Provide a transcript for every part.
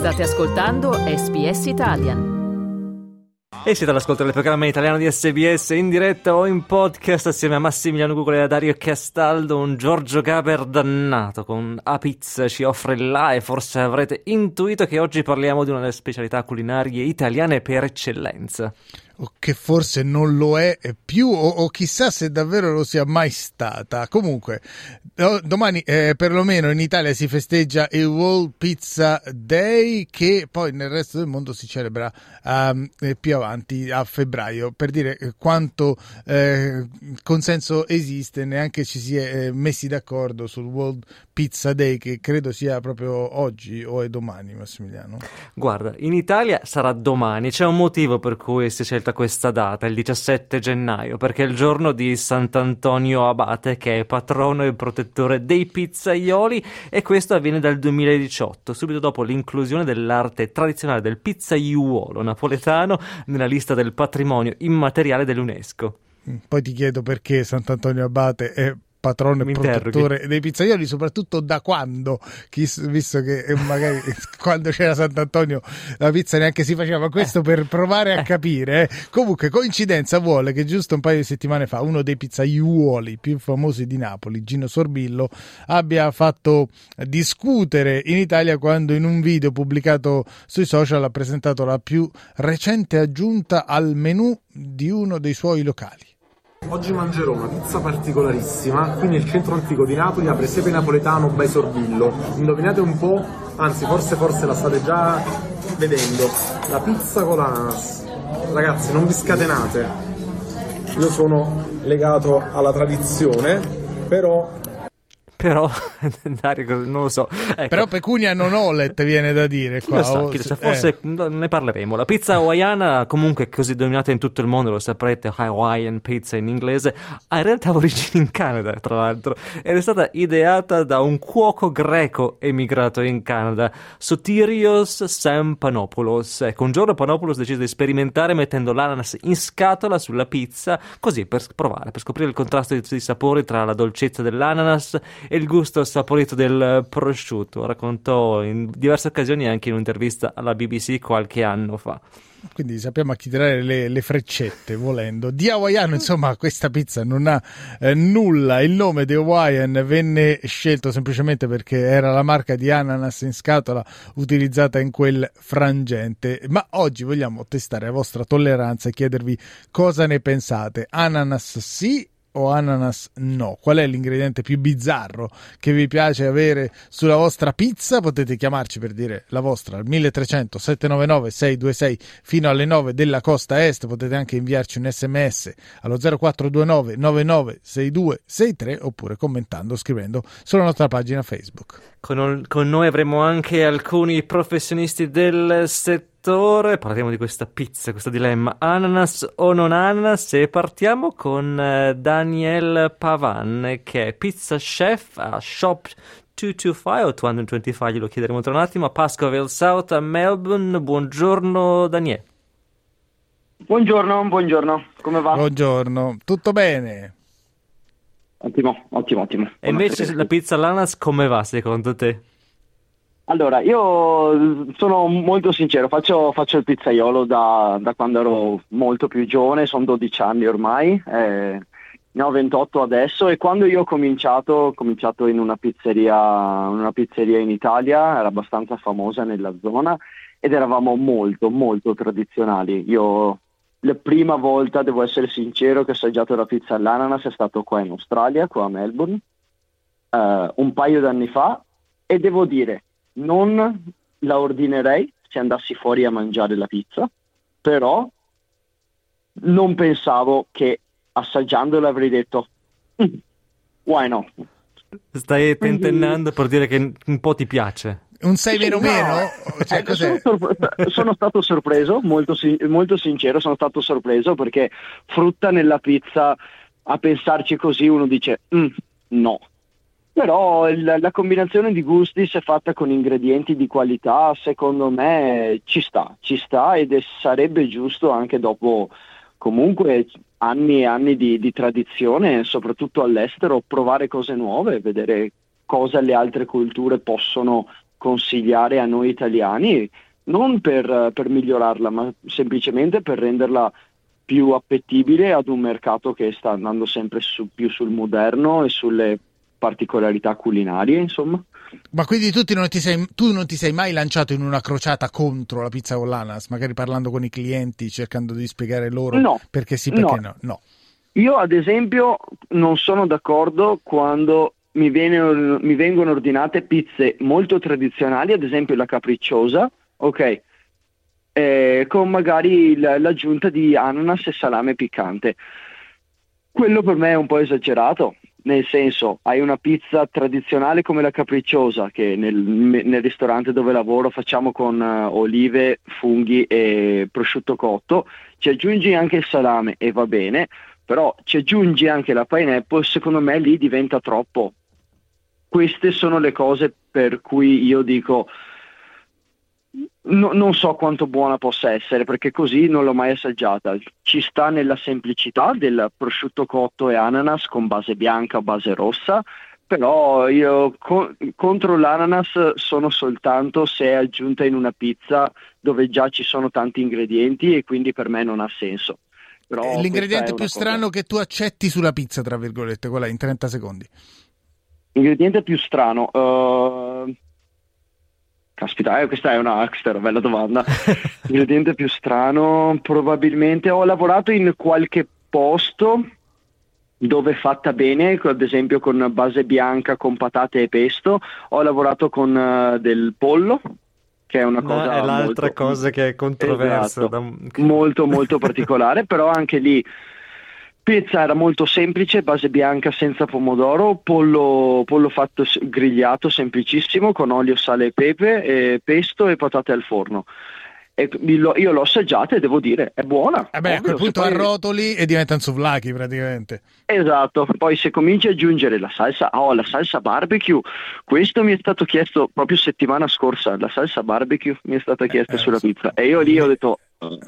State ascoltando SBS Italian. E siete all'ascolto del programma italiano di SBS in diretta o in podcast assieme a Massimiliano Gugole e a Dario Castaldo. Un Giorgio Gaber dannato con A Pizza ci offre là, e forse avrete intuito che oggi parliamo di una delle specialità culinarie italiane per eccellenza. O che forse non lo è più, o chissà se davvero lo sia mai stata. Comunque, domani perlomeno in Italia si festeggia il World Pizza Day, che poi nel resto del mondo si celebra più avanti a febbraio. Per dire quanto consenso esiste, neanche ci si è messi d'accordo sul World Pizza Day, che credo sia proprio oggi o è domani, Massimiliano? Guarda, in Italia sarà domani. C'è un motivo per cui si è scelta questa data, il 17 gennaio, perché è il giorno di Sant'Antonio Abate, che è patrono e protettore dei pizzaioli, e questo avviene dal 2018, subito dopo l'inclusione dell'arte tradizionale del pizzaiuolo napoletano nella lista del patrimonio immateriale dell'UNESCO. Poi ti chiedo perché Sant'Antonio Abate è patrono e protettore dei pizzaioli, soprattutto da quando, visto che magari quando c'era Sant'Antonio la pizza neanche si faceva, questo per provare a capire. Comunque coincidenza vuole che giusto un paio di settimane fa uno dei pizzaiuoli più famosi di Napoli, Gino Sorbillo, abbia fatto discutere in Italia quando in un video pubblicato sui social ha presentato la più recente aggiunta al menù di uno dei suoi locali. Oggi mangerò una pizza particolarissima. Qui nel centro antico di Napoli, a Presepe Napoletano by Sorbillo. Indovinate un po', anzi forse la state già vedendo, la pizza con l'ananas. Ragazzi, non vi scatenate, io sono legato alla tradizione, però Dario, non lo so, ecco. Però pecunia non olet, viene da dire qua. Chi lo sa, forse ne parleremo. La pizza hawaiana, comunque così dominata in tutto il mondo, lo saprete, Hawaiian pizza in inglese, ha in realtà origini in Canada, tra l'altro, ed è stata ideata da un cuoco greco emigrato in Canada, Sotirios Sampanopoulos. Ecco, un giorno Panopoulos decise di sperimentare mettendo l'ananas in scatola sulla pizza, così per provare, per scoprire il contrasto di sapori tra la dolcezza dell'ananas e il gusto saporito del prosciutto. Raccontò in diverse occasioni, anche in un'intervista alla BBC qualche anno fa. Quindi sappiamo a chi tirare le freccette, volendo. Di hawaiano, insomma, questa pizza non ha nulla. Il nome di Hawaiian venne scelto semplicemente perché era la marca di ananas in scatola utilizzata in quel frangente. Ma oggi vogliamo testare la vostra tolleranza e chiedervi cosa ne pensate. Ananas sì o ananas no? Qual è l'ingrediente più bizzarro che vi piace avere sulla vostra pizza? Potete chiamarci per dire la vostra al 1300 799 626 fino alle 9 della costa est. Potete anche inviarci un sms allo 0429 996263 oppure commentando, scrivendo sulla nostra pagina Facebook. Con noi avremo anche alcuni professionisti del settore. Parliamo di questa pizza, questo dilemma, ananas o non ananas, e partiamo con Daniel Pavan, che è pizza chef a Shop 225 o 225, glielo chiederemo tra un attimo, a Pascoe South a Melbourne. Buongiorno Daniel. Buongiorno, come va? Buongiorno, tutto bene? Ottimo. E invece la pizza all'ananas come va secondo te? Allora, io sono molto sincero, faccio il pizzaiolo da quando ero molto più giovane, sono 12 anni ormai, ne ho 28 adesso, e quando io ho cominciato in una pizzeria in Italia, era abbastanza famosa nella zona, ed eravamo molto, molto tradizionali. Io la prima volta, devo essere sincero, che ho assaggiato la pizza all'ananas è stato qua in Australia, qua a Melbourne, un paio d'anni fa, e devo dire, non la ordinerei se andassi fuori a mangiare la pizza, però non pensavo che assaggiandola avrei detto why no? Stai tentennando per dire che un po' ti piace. Un 6 meno meno? Cioè, cos'è? Sono stato sorpreso, molto sincero, sono stato sorpreso perché frutta nella pizza, a pensarci così uno dice no. Però la combinazione di gusti, se fatta con ingredienti di qualità, secondo me ci sta ed sarebbe giusto anche dopo comunque anni e anni di tradizione, soprattutto all'estero, provare cose nuove, vedere cosa le altre culture possono consigliare a noi italiani, non per migliorarla, ma semplicemente per renderla più appetibile ad un mercato che sta andando sempre più sul moderno e sulle particolarità culinarie, insomma. Ma quindi tu non ti sei mai lanciato in una crociata contro la pizza con l'ananas, magari parlando con i clienti, cercando di spiegare loro perché sì, perché no? No. Io ad esempio non sono d'accordo quando mi vengono ordinate pizze molto tradizionali, ad esempio la capricciosa, ok? Con magari l'aggiunta di ananas e salame piccante. Quello per me è un po' esagerato, nel senso, hai una pizza tradizionale come la capricciosa, che nel ristorante dove lavoro facciamo con olive, funghi e prosciutto cotto, ci aggiungi anche il salame e va bene, però ci aggiungi anche la pineapple, secondo me lì diventa troppo. Queste sono le cose per cui io dico non so quanto buona possa essere, perché così non l'ho mai assaggiata. Ci sta nella semplicità del prosciutto cotto e ananas con base bianca o base rossa, però io contro l'ananas sono soltanto se è aggiunta in una pizza dove già ci sono tanti ingredienti e quindi per me non ha senso. Però l'ingrediente più strano che tu accetti sulla pizza, tra virgolette, qual è, in 30 secondi? L'ingrediente più strano... Caspita, questa è una bella domanda. L'ingrediente più strano, probabilmente ho lavorato in qualche posto dove è fatta bene, ad esempio con base bianca, con patate e pesto. Ho lavorato con del pollo, che è una cosa è l'altra molto, cosa che è controversa. Esatto, molto molto particolare, però anche lì pizza era molto semplice, base bianca senza pomodoro, pollo fatto grigliato semplicissimo con olio, sale e pepe, e pesto e patate al forno. E io l'ho assaggiata e devo dire è buona. A quel punto poi arrotoli e diventano souvlaki praticamente. Esatto, poi se cominci ad aggiungere la salsa barbecue, questo mi è stato chiesto proprio settimana scorsa, la salsa barbecue mi è stata chiesta sulla pizza e io lì ho detto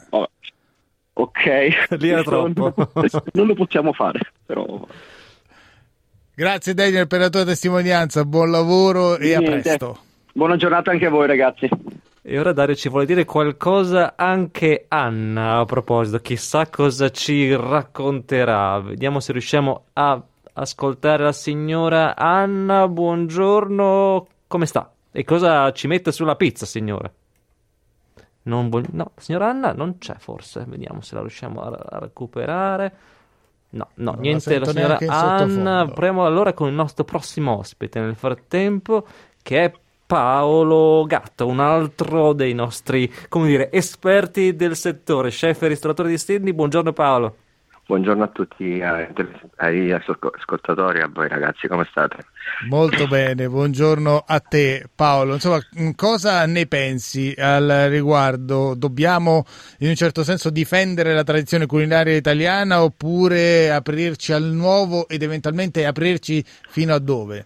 ok, lì era troppo. Non lo possiamo fare, però. Grazie Daniel per la tua testimonianza, buon lavoro e a presto. Buona giornata anche a voi ragazzi. E ora Dario ci vuole dire qualcosa anche Anna a proposito, chissà cosa ci racconterà. Vediamo se riusciamo a ascoltare la signora Anna. Buongiorno, come sta? E cosa ci mette sulla pizza, signora? No, signora Anna non c'è forse, vediamo se la riusciamo a recuperare. No, niente, la signora Anna. Proviamo allora con il nostro prossimo ospite nel frattempo, che è Paolo Gatto, un altro dei nostri, esperti del settore, chef e ristoratore di Sydney. Buongiorno Paolo. Buongiorno a tutti agli ascoltatori, a voi ragazzi, come state? Molto bene, buongiorno a te Paolo. Insomma, cosa ne pensi al riguardo? Dobbiamo in un certo senso difendere la tradizione culinaria italiana oppure aprirci al nuovo ed eventualmente aprirci fino a dove?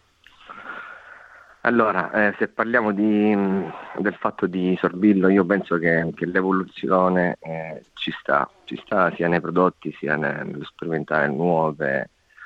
Allora, se parliamo del fatto di Sorbillo, io penso che l'evoluzione ci sta sia nei prodotti sia nello sperimentare nuove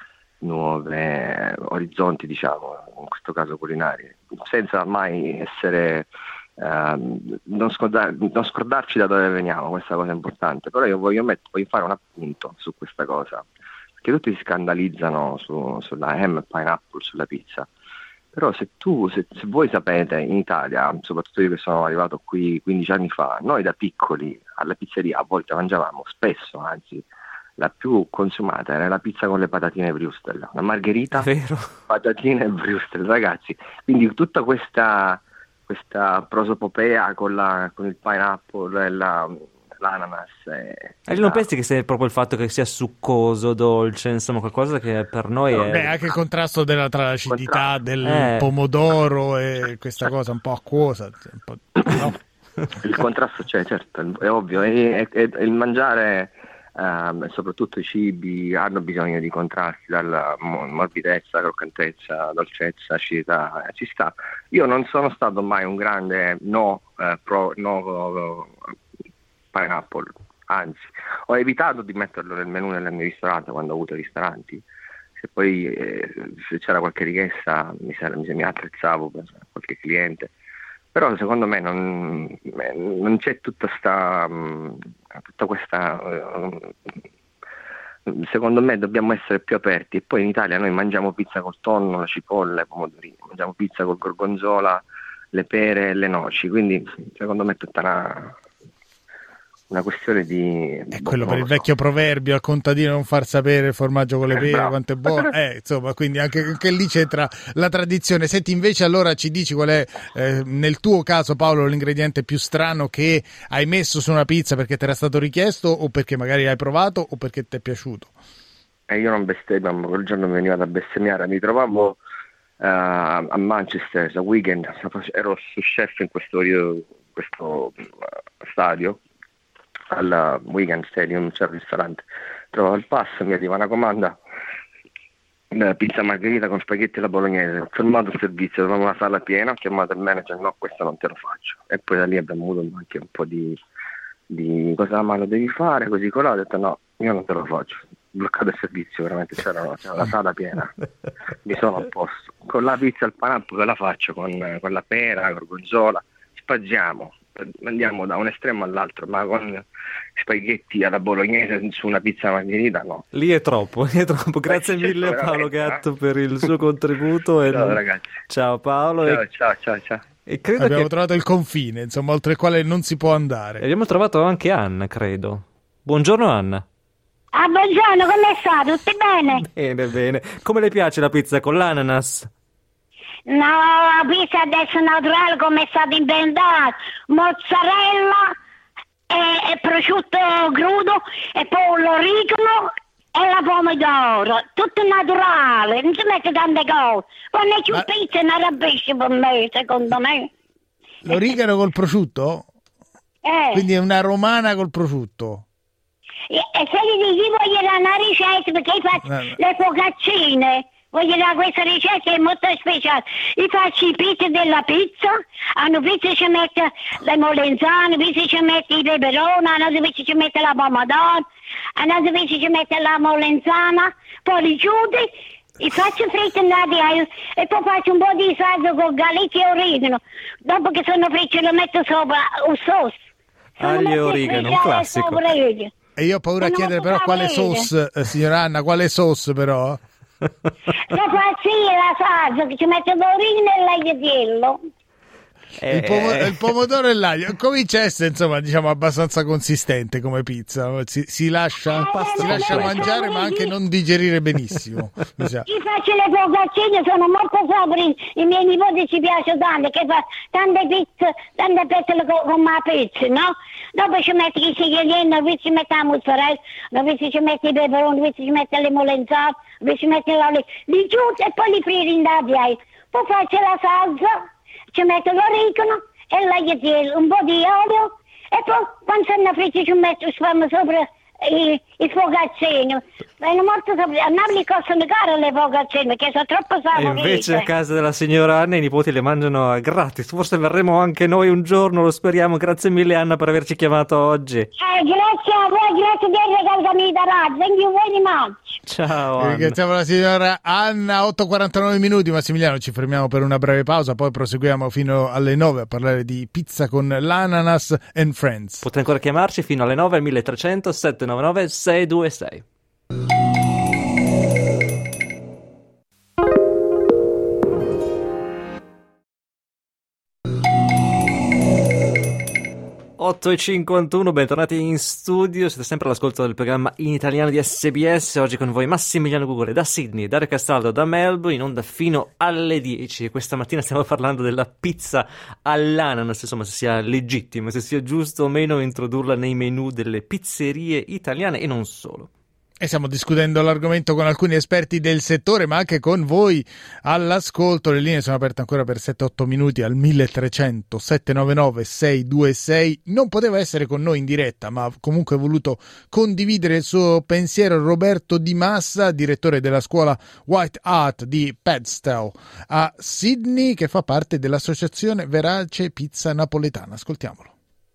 orizzonti, diciamo, in questo caso culinari, senza mai essere non scordarci da dove veniamo, questa cosa è importante. Però io voglio fare un appunto su questa cosa, perché tutti si scandalizzano sulla ham pineapple sulla pizza. Però se voi sapete, in Italia, soprattutto io che sono arrivato qui 15 anni fa, noi da piccoli alla pizzeria a volte mangiavamo spesso, anzi la più consumata era la pizza con le patatine Brewster, la margherita, patatine e Brewster, ragazzi. Quindi tutta questa prosopopea con il pineapple e l'ananas. Non pensi che sia proprio il fatto che sia succoso, dolce, insomma qualcosa che per noi è... anche il contrasto tra l'acidità del pomodoro e questa cosa un po' acquosa, no? Il contrasto c'è, certo, è ovvio, e il mangiare, soprattutto i cibi, hanno bisogno di contrasti, dalla morbidezza, croccantezza, dolcezza, acidità, ci sta. Io non sono stato mai un grande pineapple, anzi ho evitato di metterlo nel menù nel mio ristorante quando ho avuto ristoranti. Se poi se c'era qualche richiesta mi attrezzavo per qualche cliente, Però secondo me non c'è tutta questa... secondo me dobbiamo essere più aperti, e poi in Italia noi mangiamo pizza col tonno, la cipolla, i pomodorini, mangiamo pizza col gorgonzola, le pere e le noci, quindi secondo me è tutta una questione di... È quello per il vecchio proverbio, al contadino non far sapere il formaggio con le pere, bravo. quanto è buono, insomma, quindi anche lì c'entra la tradizione. Senti, invece allora ci dici qual è, nel tuo caso Paolo, l'ingrediente più strano che hai messo su una pizza perché ti era stato richiesto, o perché magari hai provato, o perché ti è piaciuto? Io non bestemmio, quel giorno mi veniva da bestemmiare, mi trovavo a Manchester, a Wigan, ero su chef in questo stadio, al Wigan Stadium, c'è il ristorante, trovavo il pass, mi arriva una comanda, pizza margherita con spaghetti alla bolognese, ho fermato il servizio, avevamo una sala piena, ho chiamato il manager, no, questo non te lo faccio, e poi da lì abbiamo avuto anche un po' di cosa ma lo devi fare, così colà, ho detto no, io non te lo faccio, bloccato il servizio, veramente c'era la sala piena, mi sono opposto, con la pizza al panappo che la faccio, con la pera, gorgonzola, spaggiamo, andiamo da un estremo all'altro, ma con spaghetti alla bolognese su una pizza margherita no. Lì è troppo. Grazie mille a Paolo Gatto per il suo contributo. Ciao ragazzi. Ciao Paolo. Ciao. E credo abbiamo trovato il confine, insomma, oltre il quale non si può andare. Abbiamo trovato anche Anna, credo. Buongiorno Anna. Buongiorno, come state? Tutti bene? Bene. Come le piace la pizza con l'ananas? No, la pizza adesso naturale come è stata inventata, mozzarella e prosciutto crudo e poi l'origano e la pomodoro, tutto naturale, non si mette tante cose. Quando è più pizza non arrabbisce per me, secondo me. L'origano col prosciutto? Quindi è una romana col prosciutto. E se gli dici voglio dare una ricetta perché faccio le focaccine. Voglio dare questa ricetta è molto speciale. Io faccio i pizze della pizza, a una pizza ci mette le molenzane, a una pizza ci mette i peperoni, a una pizza ci mette la pomodoro, a una pizza ci mette la molenzana, poi li chiudi, li faccio fritti e poi faccio un po' di salsa con galletti e origano. Dopo che sono fritti lo metto sopra un sauce. Aglio e origano, un classico. E io ho paura a chiedere però quale sauce, signora Anna, quale sauce però? La salsa che ci mette l'origano e l'agliatiello. Il pomodoro e l'aglio comincia a essere, insomma, diciamo abbastanza consistente come pizza, si lascia mangiare ma anche non digerire benissimo. Io faccio le focaccine, sono molto sopri, i miei nipoti ci piace tanto, che fa tante pizze, tante pettole con la pizza, no? Dopo ci metti i cigliolini, poi ci mette la mozzarella, poi ci metti i peperoni, poi ci mette le molenzane, poi ci metti l'olio, li chiudi e poi li friggi in aria. Poi faccio la salsa, ci metto l'origano e l'agliatiello, un po' di olio e poi quando sono fritti ci metto sopra i focaccini. A Napoli costano caro le focaccine perché sono troppo saporite. E invece a casa della signora Anna i nipoti le mangiano gratis. Forse verremo anche noi un giorno, lo speriamo. Grazie mille Anna per averci chiamato oggi. Grazie a voi, grazie per il regalo da radio. Thank you very much. Ciao Anna. Ringraziamo la signora Anna. 8:49 minuti. Massimiliano, ci fermiamo per una breve pausa, poi proseguiamo fino alle 9 a parlare di pizza con l'ananas and friends. Potete ancora chiamarci fino alle 9 al 1300 799 626. Otto e 51, bentornati in studio, siete sempre all'ascolto del programma in italiano di SBS, oggi con voi Massimiliano Gugole da Sydney, Dario Castaldo da Melbourne, in onda fino alle 10. Questa mattina stiamo parlando della pizza all'ananas, insomma se sia legittimo, se sia giusto o meno introdurla nei menù delle pizzerie italiane e non solo. E stiamo discutendo l'argomento con alcuni esperti del settore, ma anche con voi all'ascolto. Le linee sono aperte ancora per 7-8 minuti al 1300 799 626. Non poteva essere con noi in diretta, ma ha comunque voluto condividere il suo pensiero Roberto Di Massa, direttore della scuola White Art di Padstow a Sydney, che fa parte dell'associazione Verace Pizza Napoletana. Ascoltiamolo.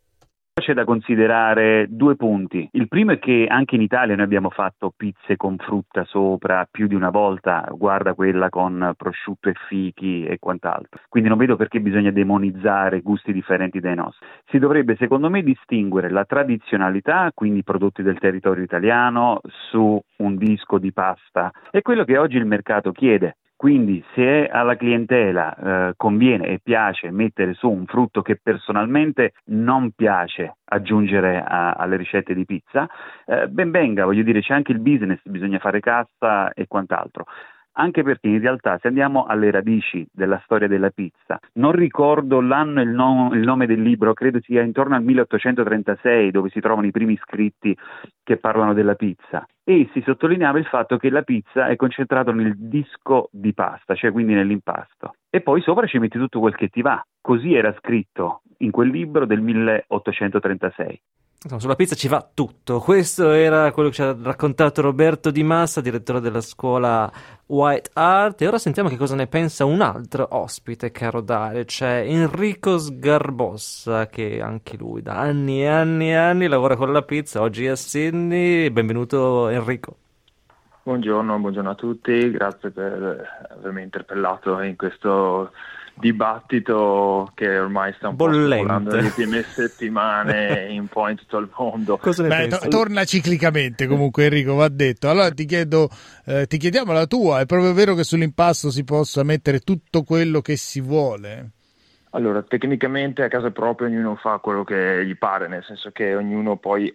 C'è da considerare due punti. Il primo è che anche in Italia noi abbiamo fatto pizze con frutta sopra più di una volta, guarda quella con prosciutto e fichi e quant'altro. Quindi non vedo perché bisogna demonizzare gusti differenti dai nostri. Si dovrebbe, secondo me, distinguere la tradizionalità, quindi i prodotti del territorio italiano, su un disco di pasta, e quello che oggi il mercato chiede. Quindi se alla clientela conviene e piace mettere su un frutto che personalmente non piace aggiungere alle ricette di pizza, ben venga, voglio dire, c'è anche il business, bisogna fare cassa e quant'altro. Anche perché in realtà, se andiamo alle radici della storia della pizza, non ricordo l'anno e il nome del libro, credo sia intorno al 1836, dove si trovano i primi scritti che parlano della pizza, e si sottolineava il fatto che la pizza è concentrata nel disco di pasta, cioè quindi nell'impasto, e poi sopra ci metti tutto quel che ti va. Così era scritto in quel libro del 1836. Insomma, sulla pizza ci va tutto. Questo era quello che ci ha raccontato Roberto Di Massa, direttore della scuola White Art, e ora sentiamo che cosa ne pensa un altro ospite, caro Dario. C'è Enrico Sgarbossa, che anche lui da anni e anni e anni lavora con la pizza, oggi è a Sydney. Benvenuto Enrico. Buongiorno a tutti, grazie per avermi interpellato in questo dibattito che ormai sta un po' circolando nelle ultime settimane in tutto il mondo. Torna ciclicamente comunque, Enrico, va detto. Allora ti chiediamo la tua. È proprio vero che sull'impasto si possa mettere tutto quello che si vuole? Allora, tecnicamente a casa propria ognuno fa quello che gli pare, nel senso che ognuno poi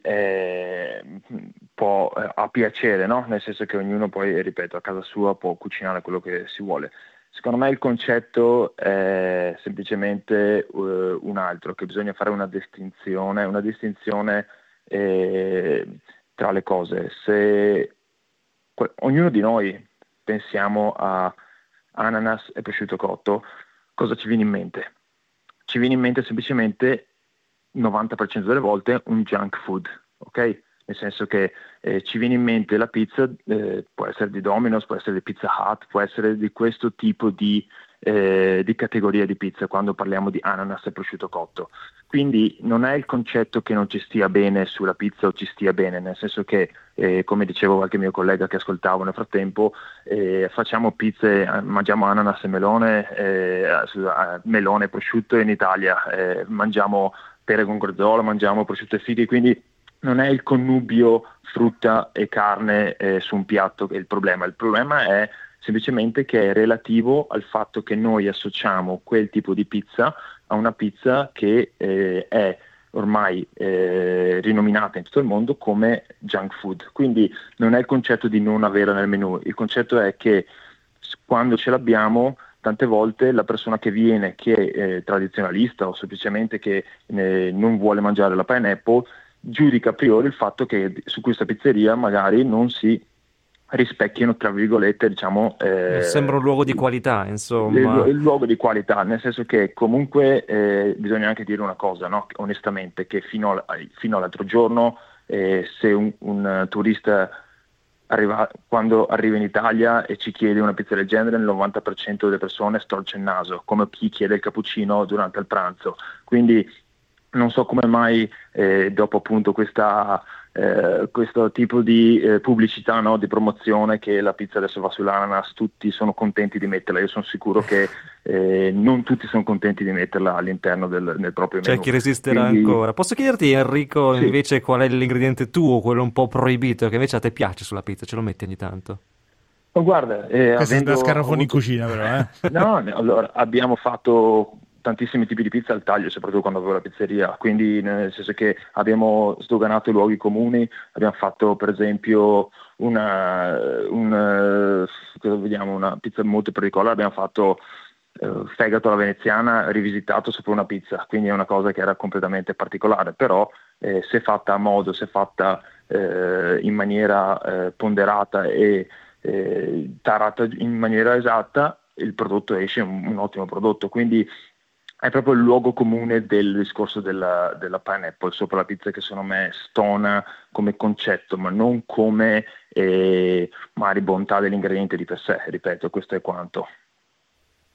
può a piacere, no? Nel senso che ognuno poi, ripeto, a casa sua può cucinare quello che si vuole. Secondo me il concetto è semplicemente un altro, che bisogna fare una distinzione tra le cose. Se ognuno di noi pensiamo a ananas e prosciutto cotto, cosa ci viene in mente? Ci viene in mente semplicemente 90% delle volte un junk food, ok? Nel senso che ci viene in mente la pizza, può essere di Domino's, può essere di Pizza Hut, può essere di questo tipo di categoria di pizza quando parliamo di ananas e prosciutto cotto. Quindi non è il concetto che non ci stia bene sulla pizza o ci stia bene, nel senso che, come dicevo qualche mio collega che ascoltavo nel frattempo, facciamo pizze, mangiamo ananas e melone e prosciutto in Italia, mangiamo pere con gorgonzola, mangiamo prosciutto e fighi, quindi non è il connubio frutta e carne su un piatto che è il problema. Il problema è semplicemente che è relativo al fatto che noi associamo quel tipo di pizza a una pizza che è ormai rinominata in tutto il mondo come junk food. Quindi non è il concetto di non averla nel menù, il concetto è che quando ce l'abbiamo, tante volte la persona che viene, che è tradizionalista o semplicemente che non vuole mangiare la pineapple, giudica a priori il fatto che su questa pizzeria magari non si rispecchiano, tra virgolette, diciamo, sembra un luogo di qualità, insomma. Il luogo di qualità, nel senso che comunque bisogna anche dire una cosa, no? Onestamente, che fino all'altro giorno se un turista quando arriva in Italia e ci chiede una pizza del genere, il 90% delle persone storce il naso, come chi chiede il cappuccino durante il pranzo. Quindi non so come mai dopo appunto questo tipo di pubblicità, no, di promozione, che la pizza adesso va sull'ananas, tutti sono contenti di metterla. Io sono sicuro che non tutti sono contenti di metterla all'interno del proprio menù. C'è chi resisterà ancora. Posso chiederti, Enrico, sì, invece qual è l'ingrediente tuo, quello un po' proibito, che invece a te piace sulla pizza, ce lo metti ogni tanto? Oh, guarda, questo è da scarafoni in cucina però, No, allora abbiamo fatto tantissimi tipi di pizza al taglio, soprattutto quando avevo la pizzeria, quindi nel senso che abbiamo sdoganato i luoghi comuni, abbiamo fatto per esempio una pizza molto particolare, abbiamo fatto fegato alla veneziana rivisitato sopra una pizza, quindi è una cosa che era completamente particolare, però se fatta a modo, se fatta in maniera ponderata e tarata in maniera esatta, il prodotto esce un ottimo prodotto. Quindi è proprio il luogo comune del discorso della pineapple sopra la pizza che secondo me stona come concetto, ma non come magari bontà dell'ingrediente di per sé. Ripeto, questo è quanto.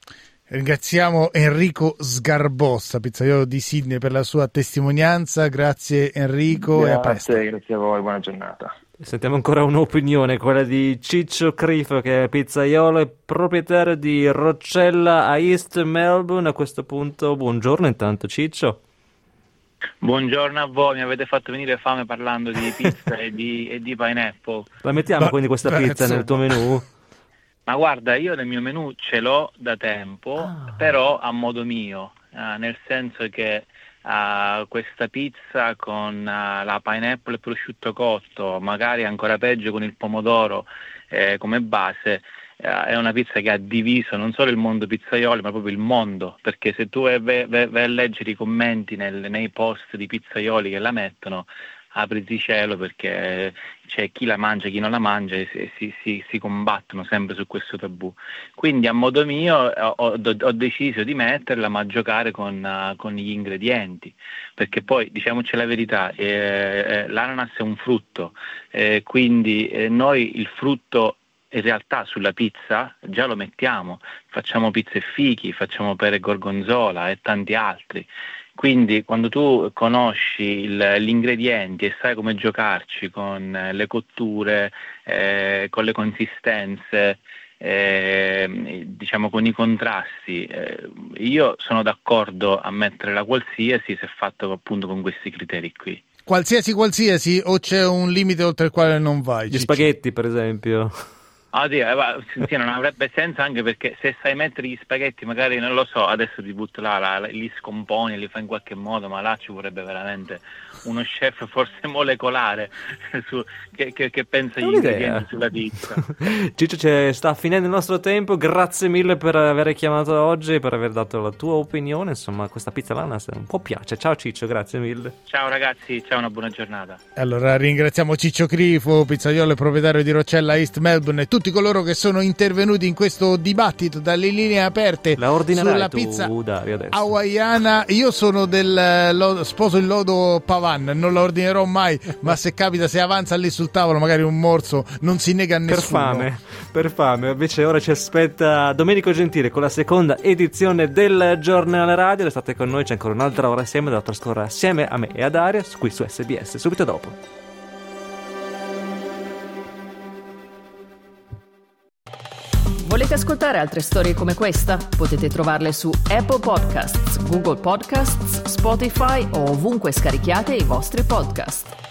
Ringraziamo Enrico Sgarbossa, pizzaiolo di Sydney, per la sua testimonianza. Grazie Enrico e a presto. Grazie a voi, buona giornata. Sentiamo ancora un'opinione, quella di Ciccio Crifo, che è pizzaiolo e proprietario di Roccella a East Melbourne. A questo punto buongiorno intanto Ciccio. Buongiorno a voi, mi avete fatto venire fame parlando di pizza e di pineapple. La mettiamo quindi questa pizza nel tuo menù? Ma guarda, io nel mio menù ce l'ho da tempo, però a modo mio, nel senso che questa pizza con la pineapple e prosciutto cotto, magari ancora peggio con il pomodoro come base, è una pizza che ha diviso non solo il mondo pizzaioli ma proprio il mondo, perché se tu vai a leggere i commenti nei post di pizzaioli che la mettono, apriti cielo, perché c'è chi la mangia e chi non la mangia e si combattono sempre su questo tabù. Quindi a modo mio ho deciso di metterla, ma giocare con gli ingredienti, perché poi diciamoci la verità, l'ananas è un frutto, quindi noi il frutto in realtà sulla pizza già lo mettiamo, facciamo pizza e fichi, facciamo pere e gorgonzola e tanti altri. Quindi quando tu conosci gli ingredienti e sai come giocarci con le cotture, con le consistenze, diciamo con i contrasti, io sono d'accordo a mettere la qualsiasi se fatto appunto con questi criteri qui. Qualsiasi o c'è un limite oltre il quale non vai? Gli spaghetti per esempio. Oddio, sì, non avrebbe senso, anche perché se sai mettere gli spaghetti, magari non lo so, adesso ti butto li scomponi e li fai in qualche modo, ma là ci vorrebbe veramente uno chef forse molecolare che pensa agli ingredienti sulla pizza. Ciccio, sta finendo il nostro tempo, grazie mille per aver chiamato oggi, per aver dato la tua opinione. Insomma, questa pizza l'ananas un po' piace. Ciao Ciccio, grazie mille. Ciao ragazzi, ciao, una buona giornata. Allora ringraziamo Ciccio Crifo, pizzaiolo e proprietario di Roccella East Melbourne, e tutti coloro che sono intervenuti in questo dibattito dalle linee aperte sulla pizza hawaiana. Io sono sposo il lodo Pavan, non la ordinerò mai, ma se capita, se avanza lì sul tavolo magari un morso, non si nega a nessuno. Per fame. Invece ora ci aspetta Domenico Gentile con la seconda edizione del Giornale Radio. Restate con noi, c'è ancora un'altra ora assieme da trascorrere assieme a me e ad Daria qui su SBS, subito dopo. Volete ascoltare altre storie come questa? Potete trovarle su Apple Podcasts, Google Podcasts, Spotify o ovunque scarichiate i vostri podcast.